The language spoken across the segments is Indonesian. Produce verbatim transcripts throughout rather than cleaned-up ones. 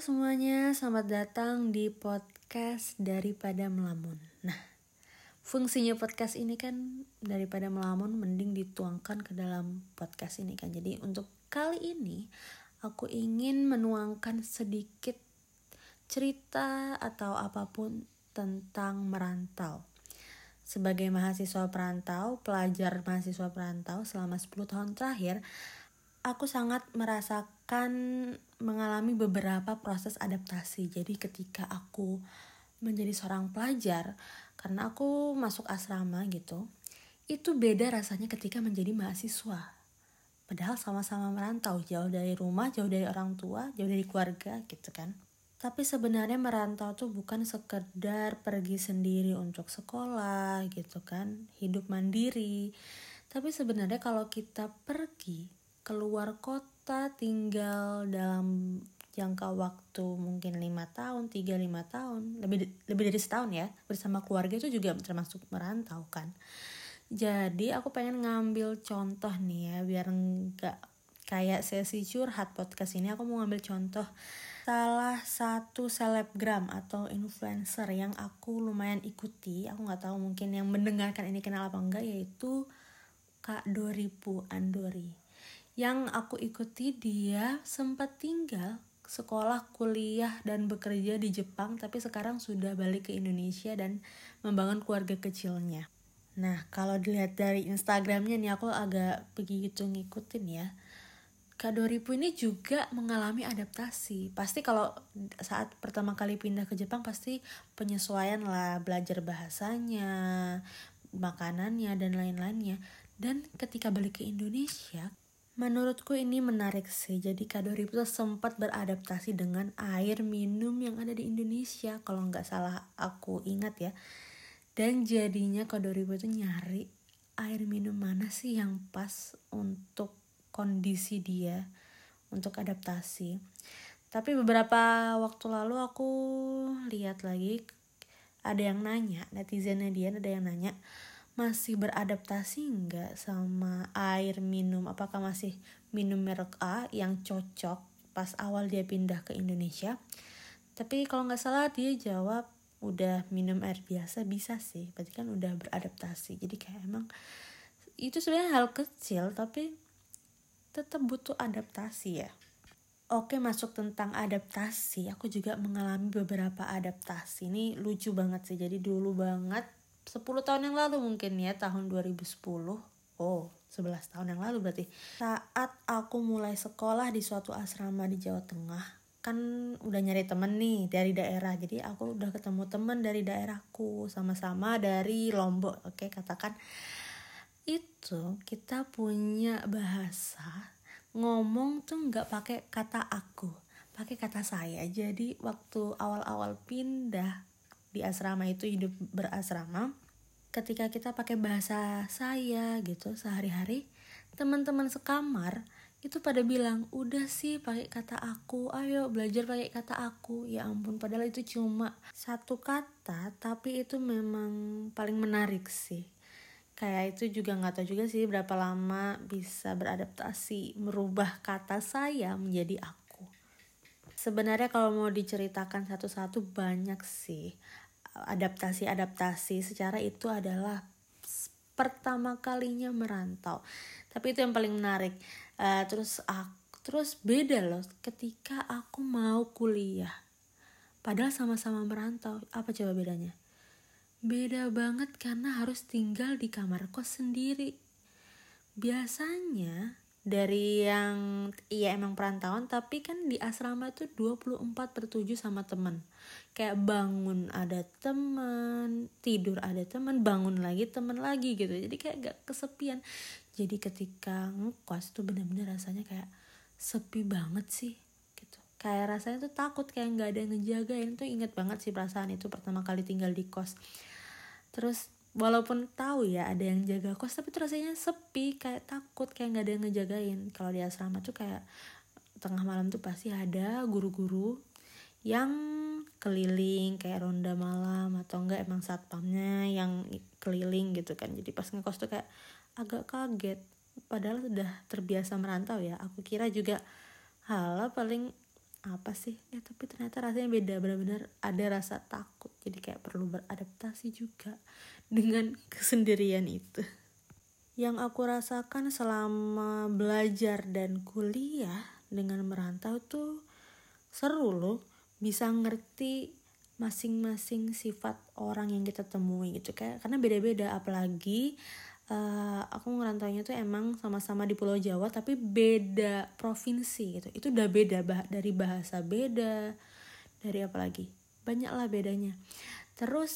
semuanya, selamat datang di podcast Daripada Melamun. Nah, fungsinya podcast ini kan daripada melamun mending dituangkan ke dalam podcast ini kan. Jadi untuk kali ini aku ingin menuangkan sedikit cerita atau apapun tentang merantau. Sebagai mahasiswa perantau, pelajar mahasiswa perantau selama sepuluh tahun terakhir, aku sangat merasakan mengalami beberapa proses adaptasi. Jadi ketika aku menjadi seorang pelajar, karena aku masuk asrama gitu, itu beda rasanya ketika menjadi mahasiswa. Padahal sama-sama merantau, jauh dari rumah, jauh dari orang tua, jauh dari keluarga gitu kan. Tapi sebenarnya merantau tuh bukan sekedar pergi sendiri untuk sekolah gitu kan, hidup mandiri. Tapi sebenarnya kalau kita pergi keluar kota, tinggal dalam jangka waktu mungkin lima tahun, tiga sampai lima tahun, lebih lebih dari setahun ya, bersama keluarga itu juga termasuk merantau kan. Jadi aku pengen ngambil contoh nih ya, biar enggak kayak sesi curhat podcast ini. Aku mau ngambil contoh salah satu selebgram atau influencer yang aku lumayan ikuti. Aku gak tahu mungkin yang mendengarkan ini kenal apa enggak, yaitu Kak Doripu Andori. Yang aku ikuti, dia sempat tinggal sekolah, kuliah, dan bekerja di Jepang, tapi sekarang sudah balik ke Indonesia dan membangun keluarga kecilnya. Nah, kalau dilihat dari Instagramnya nih, aku agak begitu ngikutin ya. Kak Doripu ini juga mengalami adaptasi. Pasti kalau saat pertama kali pindah ke Jepang pasti penyesuaian lah, belajar bahasanya, makanannya, dan lain-lainnya. Dan ketika balik ke Indonesia, menurutku ini menarik sih. Jadi Kak Doripu tuh sempat beradaptasi dengan air minum yang ada di Indonesia, kalau nggak salah aku ingat ya. Dan jadinya Kak Doripu itu nyari air minum mana sih yang pas untuk kondisi dia, untuk adaptasi. Tapi beberapa waktu lalu aku lihat lagi, ada yang nanya, netizennya dia ada yang nanya, masih beradaptasi enggak sama air minum? Apakah masih minum merek A yang cocok pas awal dia pindah ke Indonesia? Tapi kalau nggak salah dia jawab udah minum air biasa bisa sih. Berarti kan udah beradaptasi. Jadi kayak emang itu sebenarnya hal kecil tapi tetap butuh adaptasi ya. Oke, masuk tentang adaptasi, aku juga mengalami beberapa adaptasi. Ini lucu banget sih. Jadi dulu banget, sepuluh tahun yang lalu mungkin ya, tahun dua ribu sepuluh. Oh, sebelas tahun yang lalu berarti. Saat aku mulai sekolah di suatu asrama di Jawa Tengah, kan udah nyari temen nih dari daerah. Jadi aku udah ketemu temen dari daerahku, sama-sama dari Lombok. Oke, katakan itu kita punya bahasa ngomong tuh nggak pakai kata aku, pakai kata saya. Jadi waktu awal-awal pindah di asrama itu, hidup berasrama, ketika kita pakai bahasa saya gitu sehari-hari, teman-teman sekamar itu pada bilang, udah sih pakai kata aku, ayo belajar pakai kata aku. Ya ampun, padahal itu cuma satu kata, tapi itu memang paling menarik sih. Kayak itu juga gak tahu juga sih berapa lama bisa beradaptasi, merubah kata saya menjadi aku. Sebenarnya kalau mau diceritakan satu-satu banyak sih adaptasi-adaptasi. Secara itu adalah pertama kalinya merantau. Tapi itu yang paling menarik. Uh, terus aku, terus beda loh ketika aku mau kuliah. Padahal sama-sama merantau. Apa coba bedanya? Beda banget karena harus tinggal di kamar kos sendiri. Biasanya dari yang iya emang perantauan, tapi kan di asrama itu dua puluh empat per tujuh sama teman. Kayak bangun ada teman, tidur ada teman, bangun lagi teman lagi gitu. Jadi kayak gak kesepian. Jadi ketika ngekos tuh benar-benar rasanya kayak sepi banget sih gitu. Kayak rasanya tuh takut, kayak gak ada yang ngejagain. Tuh inget banget sih perasaan itu pertama kali tinggal di kos. Terus walaupun tahu ya ada yang jaga kos, tapi tuh rasanya sepi, kayak takut, kayak nggak ada yang ngejagain. Kalau di asrama tuh kayak tengah malam tuh pasti ada guru-guru yang keliling kayak ronda malam, atau enggak emang satpamnya yang keliling gitu kan. Jadi pas ngekos tuh kayak agak kaget, padahal sudah terbiasa merantau ya. Aku kira juga halah paling apa sih ya, tapi ternyata rasanya beda, benar-benar ada rasa takut, jadi kayak perlu beradaptasi juga dengan kesendirian itu. Yang aku rasakan selama belajar dan kuliah dengan merantau tuh seru loh, bisa ngerti masing-masing sifat orang yang kita temui gitu, kayak karena beda-beda. Apalagi uh, aku ngerantaunya tuh emang sama-sama di Pulau Jawa tapi beda provinsi gitu, itu udah beda, bah- dari bahasa beda, dari apa lagi, banyak lah bedanya. Terus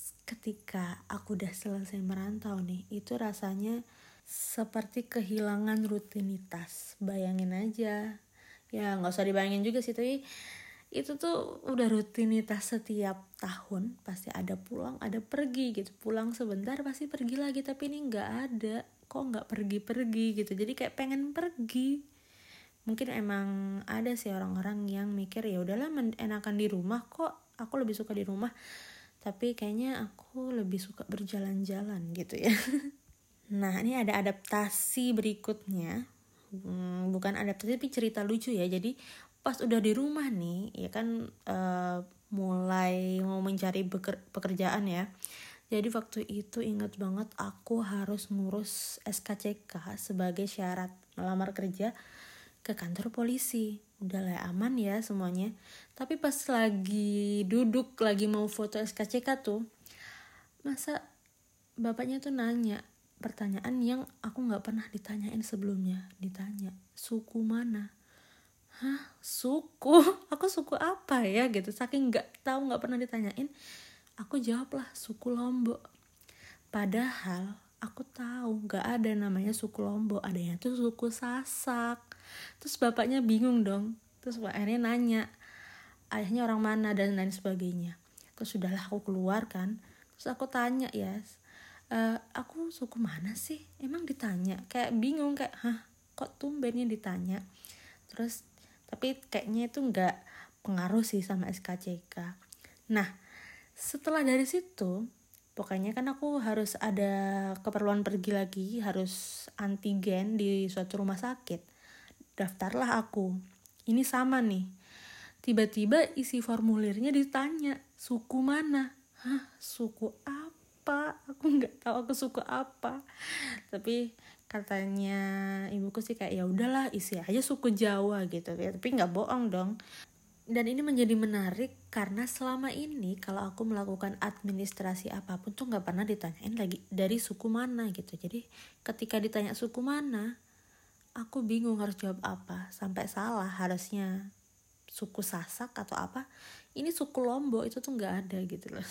ketika aku udah selesai merantau nih, itu rasanya seperti kehilangan rutinitas. Bayangin aja, ya nggak usah dibayangin juga sih, tapi itu tuh udah rutinitas setiap tahun pasti ada pulang ada pergi gitu, pulang sebentar pasti pergi lagi, tapi ini nggak ada, kok nggak pergi-pergi gitu, jadi kayak pengen pergi. Mungkin emang ada sih orang-orang yang mikir ya udahlah enakan di rumah kok, aku lebih suka di rumah, tapi kayaknya aku lebih suka berjalan-jalan gitu ya. Nah ini ada adaptasi berikutnya, hmm, bukan adaptasi tapi cerita lucu ya. Jadi pas udah di rumah nih ya kan, uh, mulai mau mencari beker- pekerjaan ya. Jadi waktu itu ingat banget aku harus ngurus S K C K sebagai syarat melamar kerja ke kantor polisi. Udah lah aman ya semuanya. Tapi pas lagi duduk lagi mau foto S K C K tuh, masa bapaknya tuh nanya pertanyaan yang aku gak pernah ditanyain sebelumnya. Ditanya, suku mana? Hah, suku? Aku suku apa ya gitu, saking gak tahu, gak pernah ditanyain, aku jawab lah suku Lombok. Padahal aku tahu gak ada namanya suku Lombok, adanya tuh suku Sasak. Terus bapaknya bingung dong, terus akhirnya nanya ayahnya orang mana dan lain sebagainya. Terus sudahlah aku keluar kan, terus aku tanya ya, e, aku suku mana sih, emang ditanya, kayak bingung, kayak hah kok tumbennya ditanya. Terus tapi kayaknya itu nggak pengaruh sih sama S K C K. Nah setelah dari situ pokoknya kan aku harus ada keperluan pergi lagi, harus antigen di suatu rumah sakit. Daftarlah aku, ini sama nih, tiba-tiba isi formulirnya ditanya suku mana. Hah, suku apa? Aku nggak tahu aku suku apa. Tapi katanya ibuku sih kayak ya udahlah isi aja suku Jawa gitu ya, tapi nggak bohong dong. Dan ini menjadi menarik karena selama ini kalau aku melakukan administrasi apapun tuh nggak pernah ditanyain lagi dari suku mana gitu. Jadi ketika ditanya suku mana, aku bingung harus jawab apa, sampai salah, harusnya suku Sasak atau apa, ini suku Lombok, itu tuh nggak ada gitu loh.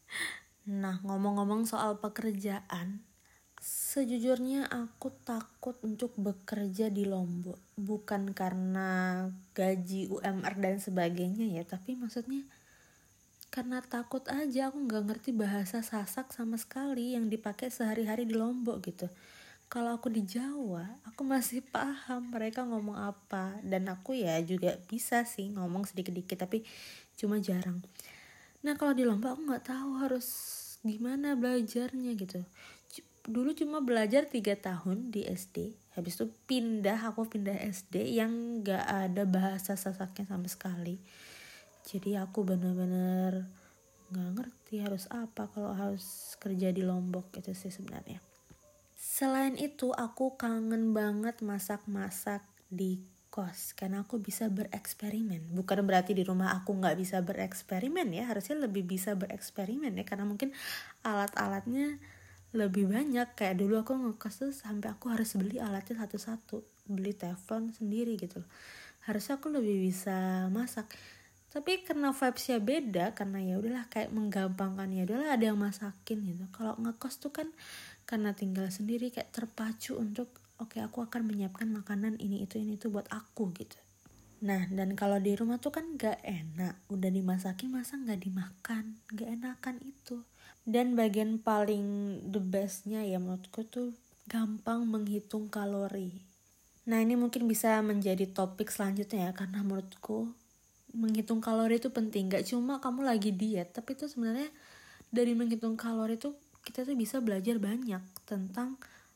Nah ngomong-ngomong soal pekerjaan, sejujurnya aku takut untuk bekerja di Lombok. Bukan karena gaji, U M R dan sebagainya ya, tapi maksudnya karena takut aja. Aku gak ngerti bahasa Sasak sama sekali yang dipakai sehari-hari di Lombok gitu. Kalau aku di Jawa, aku masih paham mereka ngomong apa. Dan aku ya juga bisa sih ngomong sedikit-dikit, tapi cuma jarang. Nah kalau di Lombok aku gak tahu harus gimana belajarnya gitu. Dulu cuma belajar tiga tahun di S D, habis itu pindah, aku pindah S D yang gak ada bahasa Sasaknya sama sekali. Jadi aku benar-benar gak ngerti harus apa kalau harus kerja di Lombok itu sih sebenarnya. Selain itu aku kangen banget masak-masak di kos, karena aku bisa bereksperimen. Bukan berarti di rumah aku gak bisa bereksperimen ya, harusnya lebih bisa bereksperimen ya, karena mungkin alat-alatnya lebih banyak. Kayak dulu aku ngekos tuh sampai aku harus beli alatnya satu-satu, beli teflon sendiri gitu loh. Harusnya aku lebih bisa masak, tapi karena vibesnya beda, karena ya udahlah kayak menggampangkan, ya udahlah ada yang masakin gitu. Kalau ngekos tuh kan karena tinggal sendiri kayak terpacu untuk oke okay, aku akan menyiapkan makanan ini itu ini itu buat aku gitu. Nah dan kalau di rumah tuh kan gak enak, udah dimasakin masa gak dimakan, gak enakan itu. Dan bagian paling the bestnya ya menurutku tuh gampang menghitung kalori. Nah ini mungkin bisa menjadi topik selanjutnya ya, karena menurutku menghitung kalori itu penting. Gak cuma kamu lagi diet, tapi itu sebenarnya dari menghitung kalori tuh kita tuh bisa belajar banyak tentang,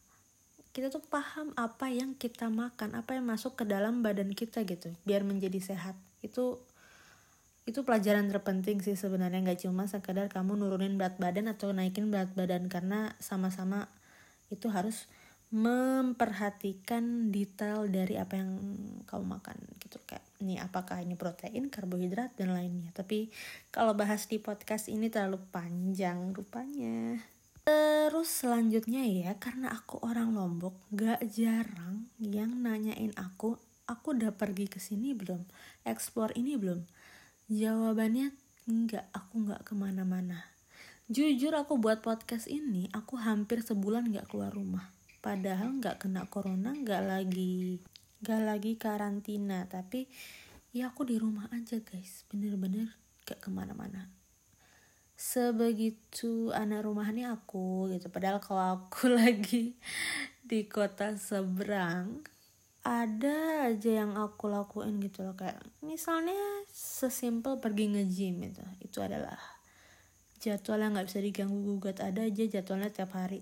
kita tuh paham apa yang kita makan, apa yang masuk ke dalam badan kita gitu, biar menjadi sehat. Itu itu pelajaran terpenting sih sebenarnya, nggak cuma sekedar kamu nurunin berat badan atau naikin berat badan, karena sama-sama itu harus memperhatikan detail dari apa yang kamu makan gitu, kayak ini apakah ini protein, karbohidrat dan lainnya. Tapi kalau bahas di podcast ini terlalu panjang rupanya. Terus selanjutnya ya, karena aku orang Lombok, gak jarang yang nanyain aku, aku udah pergi ke sini belum, explore ini belum. Jawabannya enggak, aku enggak kemana-mana. Jujur aku buat podcast ini, aku hampir sebulan enggak keluar rumah. Padahal enggak kena corona, enggak lagi enggak lagi karantina. Tapi ya aku di rumah aja guys, bener-bener enggak kemana-mana. Sebegitu anak rumahannya aku gitu. Padahal kalau aku lagi di kota seberang, ada aja yang aku lakuin gitu loh, kayak misalnya sesimpel pergi nge-gym itu itu adalah jadwal yang nggak bisa diganggu gugat, ada aja jadwalnya tiap hari.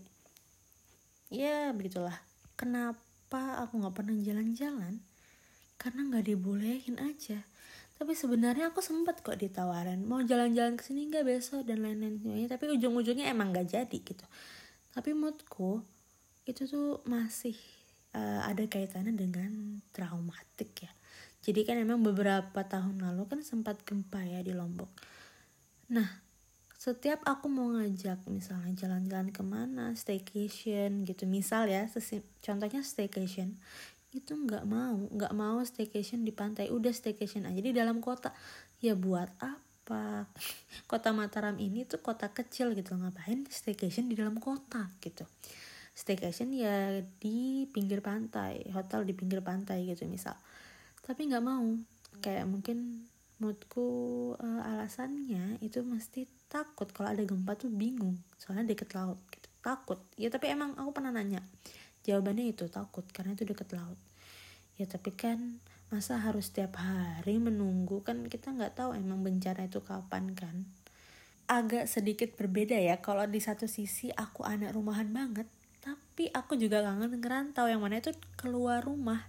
Ya begitulah. Kenapa aku nggak pernah jalan-jalan? Karena nggak dibolehin aja. Tapi sebenarnya aku sempat kok ditawarin mau jalan-jalan kesini nggak besok dan lain-lain semuanya, tapi ujung-ujungnya emang nggak jadi gitu. Tapi moodku itu tuh masih Uh, ada kaitannya dengan traumatik ya. Jadi kan emang beberapa tahun lalu kan sempat gempa ya di Lombok. Nah, setiap aku mau ngajak misalnya jalan-jalan kemana, staycation gitu misal ya, sesim- contohnya staycation, itu nggak mau, nggak mau staycation di pantai, udah staycation aja di dalam kota. Ya buat apa? Kota Mataram ini tuh kota kecil gitu, ngapain staycation di dalam kota gitu. Staycation ya di pinggir pantai, hotel di pinggir pantai gitu misal. Tapi nggak mau, kayak mungkin moodku uh, alasannya itu mesti takut kalau ada gempa tuh bingung, soalnya deket laut gitu, takut. Ya tapi emang aku pernah nanya, jawabannya itu takut karena itu deket laut. Ya tapi kan masa harus setiap hari menunggu, kan kita nggak tahu emang bencana itu kapan kan. Agak sedikit berbeda ya, kalau di satu sisi aku anak rumahan banget, tapi aku juga kangen ngerantau, yang mana itu keluar rumah.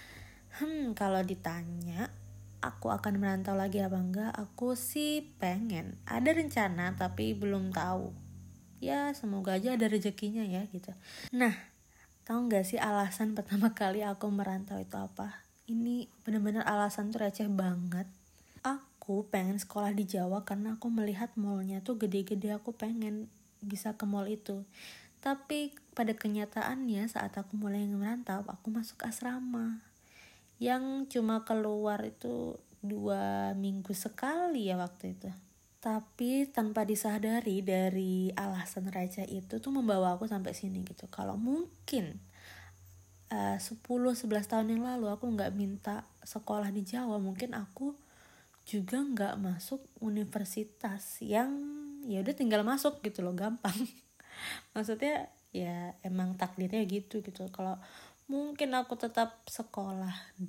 Hmm, kalau ditanya aku akan merantau lagi apa enggak, aku sih pengen. Ada rencana tapi belum tahu. Ya semoga aja ada rezekinya ya gitu. Nah, tahu nggak sih alasan pertama kali aku merantau itu apa? Ini benar-benar alasan tuh receh banget. Aku pengen sekolah di Jawa karena aku melihat mallnya tuh gede-gede, aku pengen bisa ke mall itu. Tapi pada kenyataannya saat aku mulai merantau, aku masuk asrama yang cuma keluar itu dua minggu sekali ya waktu itu. Tapi tanpa disadari dari alasan receh itu tuh membawa aku sampai sini gitu. Kalau mungkin uh, sepuluh sebelas tahun yang lalu aku gak minta sekolah di Jawa, mungkin aku juga gak masuk universitas yang ya udah tinggal masuk gitu loh, gampang. Maksudnya ya emang takdirnya gitu gitu. Kalau mungkin aku tetap sekolah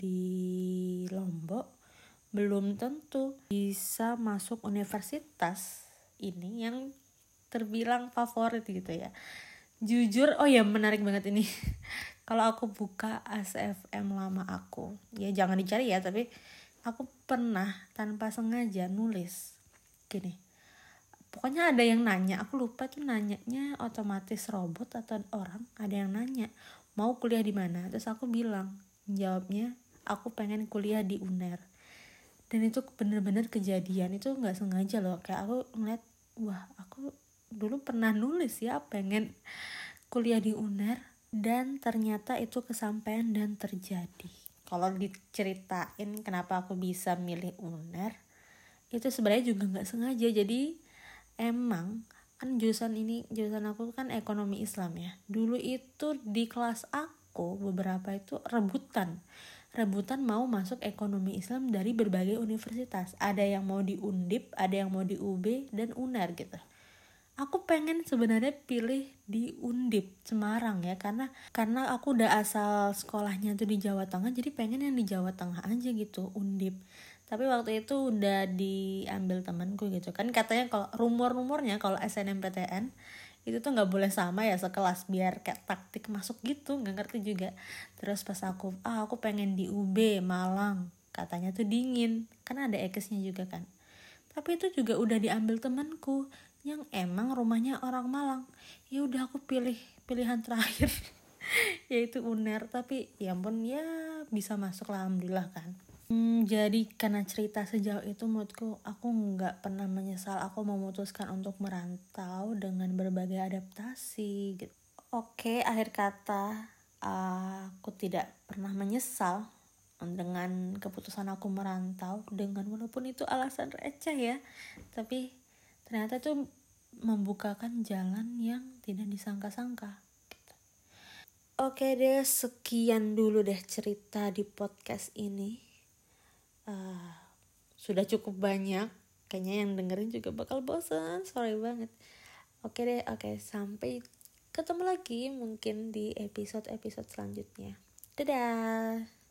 di Lombok, belum tentu bisa masuk universitas ini yang terbilang favorit gitu ya. Jujur, oh ya menarik banget ini. Kalau aku buka A S F M lama aku, ya jangan dicari ya, tapi aku pernah tanpa sengaja nulis gini. Pokoknya ada yang nanya, aku lupa tuh nanyanya otomatis robot atau orang, ada yang nanya mau kuliah di mana, terus aku bilang, jawabnya aku pengen kuliah di U N E R. Dan itu bener-bener kejadian, itu nggak sengaja loh, kayak aku ngeliat, wah aku dulu pernah nulis ya pengen kuliah di U N E R, dan ternyata itu kesampaian dan terjadi. Kalau diceritain kenapa aku bisa milih U N E R, itu sebenarnya juga nggak sengaja. Jadi emang kan jurusan ini, jurusan aku kan ekonomi Islam ya. Dulu itu di kelas aku beberapa itu rebutan rebutan mau masuk ekonomi Islam dari berbagai universitas. Ada yang mau di Undip, ada yang mau di U B dan U N E R gitu. Aku pengen sebenarnya pilih di Undip Semarang ya, karena karena aku udah asal sekolahnya tuh di Jawa Tengah, jadi pengen yang di Jawa Tengah aja gitu, Undip. Tapi waktu itu udah diambil temanku gitu kan, katanya kalau rumor-rumornya kalau S N M P T N itu tuh nggak boleh sama ya sekelas, biar kayak taktik masuk gitu, nggak ngerti juga. Terus pas aku ah aku pengen di U B Malang, katanya tuh dingin, karena ada ekesnya juga kan. Tapi itu juga udah diambil temanku yang emang rumahnya orang Malang. Ya udah aku pilih pilihan terakhir yaitu U N E R. Tapi ya ampun, ya bisa masuk lah, alhamdulillah kan. Hmm, jadi karena cerita sejauh itu, menurutku aku nggak pernah menyesal aku memutuskan untuk merantau dengan berbagai adaptasi gitu. Oke, akhir kata, uh, aku tidak pernah menyesal dengan keputusan aku merantau, dengan walaupun itu alasan receh ya, tapi ternyata itu membukakan jalan yang tidak disangka-sangka gitu. Oke deh, sekian dulu deh cerita di podcast ini. uh, sudah cukup banyak, kayaknya yang dengerin juga bakal bosan, sorry banget. Oke deh, oke, sampai ketemu lagi mungkin di episode-episode selanjutnya. Dadah.